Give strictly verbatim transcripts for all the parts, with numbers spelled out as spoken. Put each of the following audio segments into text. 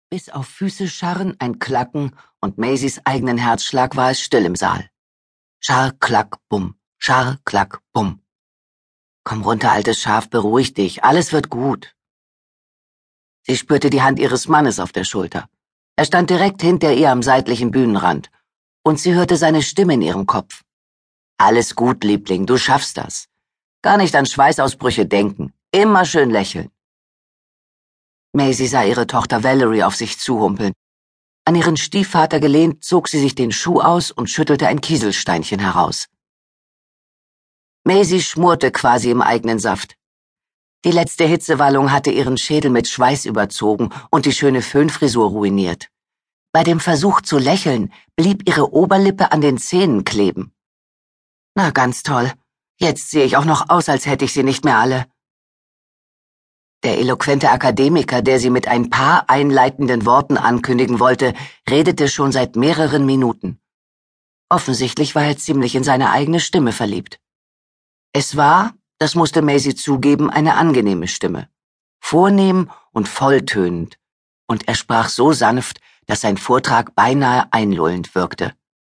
Bis auf Füßescharren, ein Klacken und Maisys eigenen Herzschlag war es still im Saal. Scharr, klack, bumm, scharr, klack, bumm. Komm runter, altes Schaf, beruhig dich, alles wird gut. Sie spürte die Hand ihres Mannes auf der Schulter. Er stand direkt hinter ihr am seitlichen Bühnenrand, und sie hörte seine Stimme in ihrem Kopf. Alles gut, Liebling, du schaffst das. Gar nicht an Schweißausbrüche denken, immer schön lächeln. Maisie sah ihre Tochter Valerie auf sich zuhumpeln. An ihren Stiefvater gelehnt, zog sie sich den Schuh aus und schüttelte ein Kieselsteinchen heraus. Maisie schmorte quasi im eigenen Saft. Die letzte Hitzewallung hatte ihren Schädel mit Schweiß überzogen und die schöne Föhnfrisur ruiniert. Bei dem Versuch zu lächeln blieb ihre Oberlippe an den Zähnen kleben. Na, ganz toll. Jetzt sehe ich auch noch aus, als hätte ich sie nicht mehr alle. Der eloquente Akademiker, der sie mit ein paar einleitenden Worten ankündigen wollte, redete schon seit mehreren Minuten. Offensichtlich war er ziemlich in seine eigene Stimme verliebt. Es war, das musste Maisie zugeben, eine angenehme Stimme. Vornehm und volltönend. Und er sprach so sanft, dass sein Vortrag beinahe einlullend wirkte.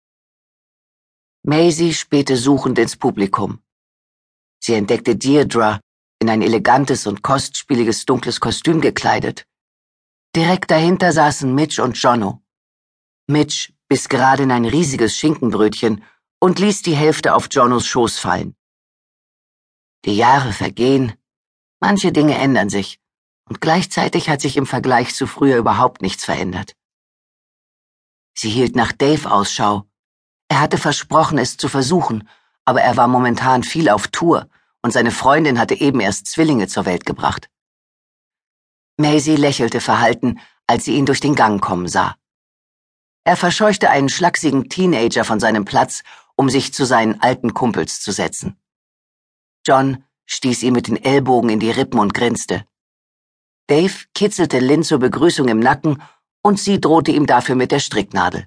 Maisie spähte suchend ins Publikum. Sie entdeckte Deirdre, in ein elegantes und kostspieliges dunkles Kostüm gekleidet. Direkt dahinter saßen Mitch und Jono. Mitch biss gerade in ein riesiges Schinkenbrötchen und ließ die Hälfte auf Jonos Schoß fallen. Die Jahre vergehen, manche Dinge ändern sich, und gleichzeitig hat sich im Vergleich zu früher überhaupt nichts verändert. Sie hielt nach Dave Ausschau. Er hatte versprochen, es zu versuchen, aber er war momentan viel auf Tour, und seine Freundin hatte eben erst Zwillinge zur Welt gebracht. Maisie lächelte verhalten, als sie ihn durch den Gang kommen sah. Er verscheuchte einen schlachsigen Teenager von seinem Platz, um sich zu seinen alten Kumpels zu setzen. John stieß ihm mit den Ellbogen in die Rippen und grinste. Dave kitzelte Lynn zur Begrüßung im Nacken, und sie drohte ihm dafür mit der Stricknadel.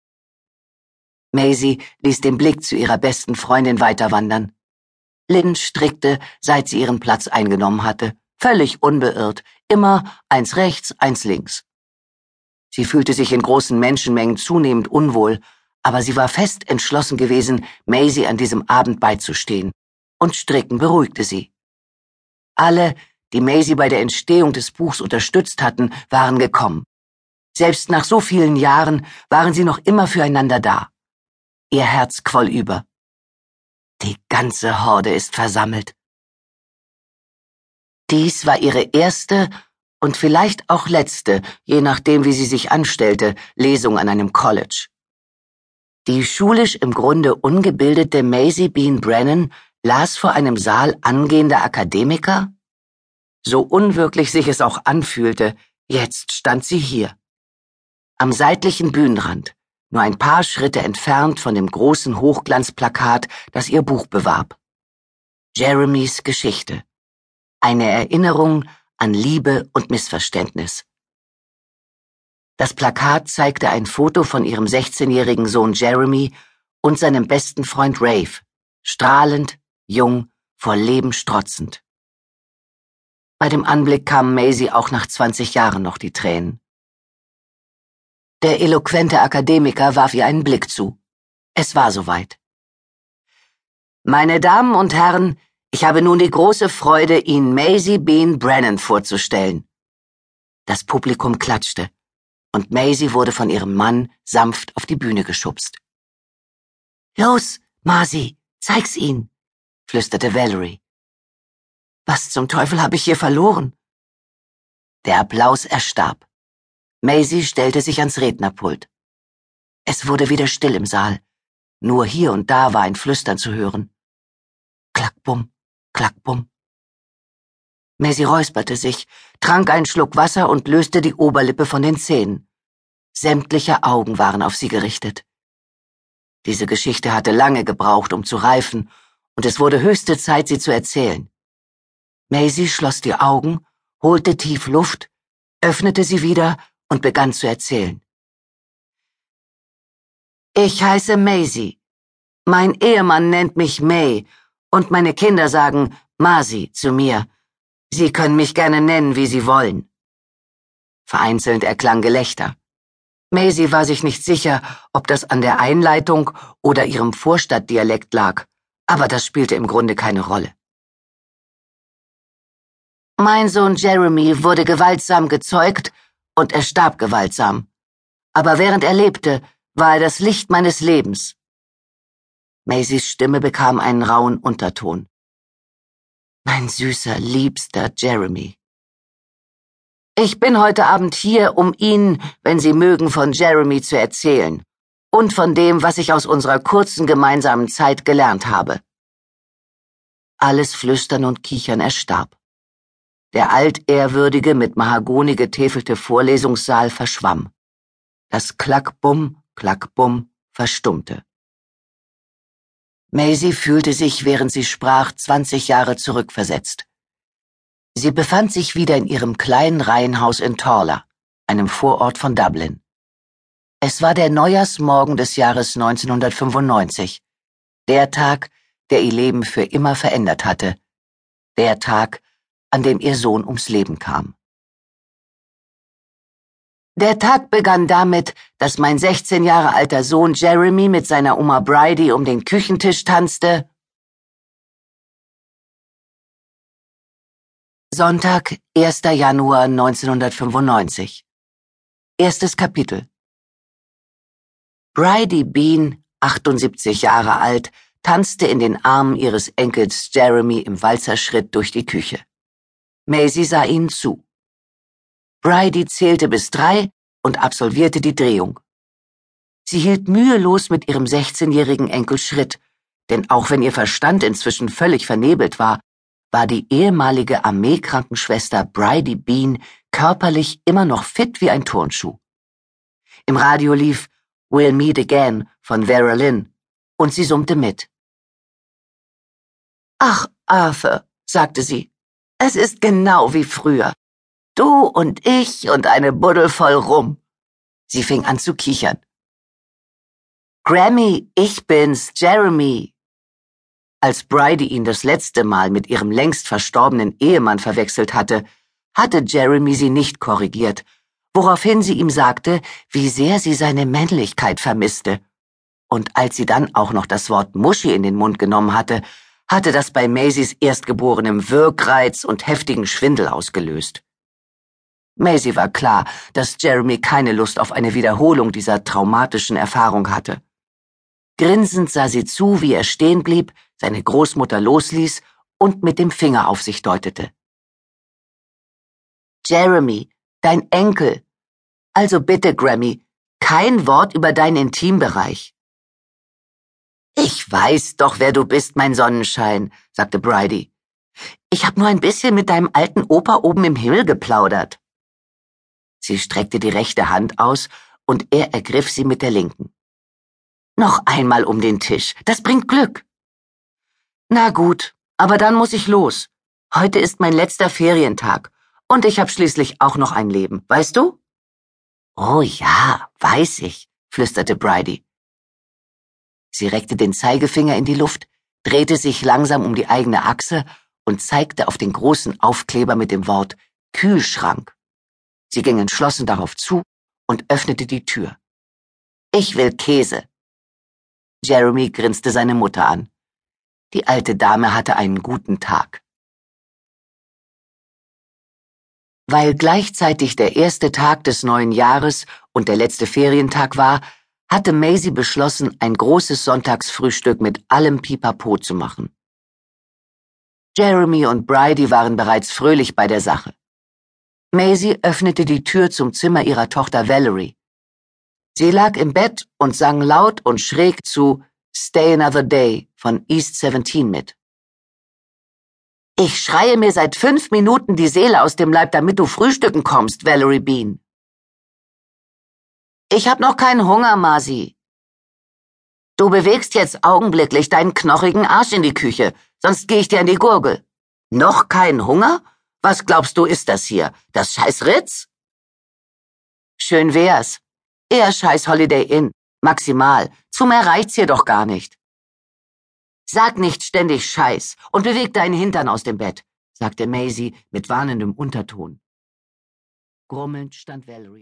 Maisie ließ den Blick zu ihrer besten Freundin weiterwandern. Lynn strickte, seit sie ihren Platz eingenommen hatte, völlig unbeirrt, immer eins rechts, eins links. Sie fühlte sich in großen Menschenmengen zunehmend unwohl, aber sie war fest entschlossen gewesen, Maisie an diesem Abend beizustehen, und Stricken beruhigte sie. Alle, die Maisie bei der Entstehung des Buchs unterstützt hatten, waren gekommen. Selbst nach so vielen Jahren waren sie noch immer füreinander da. Ihr Herz quoll über. Die ganze Horde ist versammelt. Dies war ihre erste und vielleicht auch letzte, je nachdem wie sie sich anstellte, Lesung an einem College. Die schulisch im Grunde ungebildete Maisie Bean Brennan las vor einem Saal angehender Akademiker? So unwirklich sich es auch anfühlte, jetzt stand sie hier. Am seitlichen Bühnenrand, nur ein paar Schritte entfernt von dem großen Hochglanzplakat, das ihr Buch bewarb. Jeremys Geschichte. Eine Erinnerung an Liebe und Missverständnis. Das Plakat zeigte ein Foto von ihrem sechzehnjährigen Sohn Jeremy und seinem besten Freund Rafe, strahlend, jung, vor Leben strotzend. Bei dem Anblick kamen Maisie auch nach zwanzig Jahren noch die Tränen. Der eloquente Akademiker warf ihr einen Blick zu. Es war soweit. Meine Damen und Herren, ich habe nun die große Freude, Ihnen Maisie Bean Brennan vorzustellen. Das Publikum klatschte, und Maisie wurde von ihrem Mann sanft auf die Bühne geschubst. Los, Maisie, zeig's ihnen, flüsterte Valerie. Was zum Teufel habe ich hier verloren? Der Applaus erstarb. Maisie stellte sich ans Rednerpult. Es wurde wieder still im Saal. Nur hier und da war ein Flüstern zu hören. Klack-bumm, klack-bumm. Maisie räusperte sich, trank einen Schluck Wasser und löste die Oberlippe von den Zähnen. Sämtliche Augen waren auf sie gerichtet. Diese Geschichte hatte lange gebraucht, um zu reifen, und es wurde höchste Zeit, sie zu erzählen. Maisie schloss die Augen, holte tief Luft, öffnete sie wieder und begann zu erzählen. Ich heiße Maisie. Mein Ehemann nennt mich May, und meine Kinder sagen Maisie zu mir. Sie können mich gerne nennen, wie Sie wollen. Vereinzelt erklang Gelächter. Maisie war sich nicht sicher, ob das an der Einleitung oder ihrem Vorstadtdialekt lag, aber das spielte im Grunde keine Rolle. Mein Sohn Jeremy wurde gewaltsam gezeugt und er starb gewaltsam. Aber während er lebte, war er das Licht meines Lebens. Maisies Stimme bekam einen rauen Unterton. Mein süßer, liebster Jeremy. Ich bin heute Abend hier, um Ihnen, wenn Sie mögen, von Jeremy zu erzählen und von dem, was ich aus unserer kurzen gemeinsamen Zeit gelernt habe. Alles Flüstern und Kichern erstarb. Der altehrwürdige, mit Mahagoni getäfelte Vorlesungssaal verschwamm. Das Klack-Bumm, Klack-Bumm verstummte. Maisie fühlte sich, während sie sprach, zwanzig Jahre zurückversetzt. Sie befand sich wieder in ihrem kleinen Reihenhaus in Torla, einem Vorort von Dublin. Es war der Neujahrsmorgen des Jahres neunzehnhundertfünfundneunzig, der Tag, der ihr Leben für immer verändert hatte, der Tag, an dem ihr Sohn ums Leben kam. Der Tag begann damit, dass mein sechzehn Jahre alter Sohn Jeremy mit seiner Oma Bridie um den Küchentisch tanzte. Sonntag, erster Januar neunzehnhundertfünfundneunzig. Erstes Kapitel. Bridie Bean, achtundsiebzig Jahre alt, tanzte in den Armen ihres Enkels Jeremy im Walzerschritt durch die Küche. Maisie sah ihnen zu. Bridie zählte bis drei und absolvierte die Drehung. Sie hielt mühelos mit ihrem sechzehnjährigen Enkel Schritt, denn auch wenn ihr Verstand inzwischen völlig vernebelt war, war die ehemalige Armeekrankenschwester Bridie Bean körperlich immer noch fit wie ein Turnschuh. Im Radio lief We'll Meet Again von Vera Lynn und sie summte mit. Ach, Arthur, sagte sie, es ist genau wie früher. Du und ich und eine Buddel voll Rum. Sie fing an zu kichern. Grammy, ich bin's, Jeremy. Als Bridie ihn das letzte Mal mit ihrem längst verstorbenen Ehemann verwechselt hatte, hatte Jeremy sie nicht korrigiert, woraufhin sie ihm sagte, wie sehr sie seine Männlichkeit vermisste. Und als sie dann auch noch das Wort Muschi in den Mund genommen hatte, hatte das bei Maisies Erstgeborenem Wirkreiz und heftigen Schwindel ausgelöst. Maisie war klar, dass Jeremy keine Lust auf eine Wiederholung dieser traumatischen Erfahrung hatte. Grinsend sah sie zu, wie er stehen blieb, seine Großmutter losließ und mit dem Finger auf sich deutete. Jeremy, dein Enkel. Also bitte, Grammy, kein Wort über deinen Intimbereich. Ich weiß doch, wer du bist, mein Sonnenschein, sagte Bridie. Ich hab nur ein bisschen mit deinem alten Opa oben im Himmel geplaudert. Sie streckte die rechte Hand aus und er ergriff sie mit der linken. Noch einmal um den Tisch, das bringt Glück. Na gut, aber dann muss ich los. Heute ist mein letzter Ferientag und ich habe schließlich auch noch ein Leben, weißt du? Oh ja, weiß ich, flüsterte Bridie. Sie reckte den Zeigefinger in die Luft, drehte sich langsam um die eigene Achse und zeigte auf den großen Aufkleber mit dem Wort Kühlschrank. Sie ging entschlossen darauf zu und öffnete die Tür. Ich will Käse. Jeremy grinste seine Mutter an. Die alte Dame hatte einen guten Tag. Weil gleichzeitig der erste Tag des neuen Jahres und der letzte Ferientag war, hatte Maisie beschlossen, ein großes Sonntagsfrühstück mit allem Pipapo zu machen. Jeremy und Bridie waren bereits fröhlich bei der Sache. Maisie öffnete die Tür zum Zimmer ihrer Tochter Valerie. Sie lag im Bett und sang laut und schräg zu Stay Another Day von East Seventeen mit. Ich schreie mir seit fünf Minuten die Seele aus dem Leib, damit du frühstücken kommst, Valerie Bean. Ich hab noch keinen Hunger, Masi. Du bewegst jetzt augenblicklich deinen knochigen Arsch in die Küche, sonst geh ich dir an die Gurgel. Noch keinen Hunger? Was glaubst du, ist das hier? Das scheiß Ritz? Schön wär's. Eher scheiß Holiday Inn. Maximal. Zu mehr reicht's hier doch gar nicht. Sag nicht ständig Scheiß und beweg deinen Hintern aus dem Bett, sagte Maisie mit warnendem Unterton. Grummelnd stand Valerie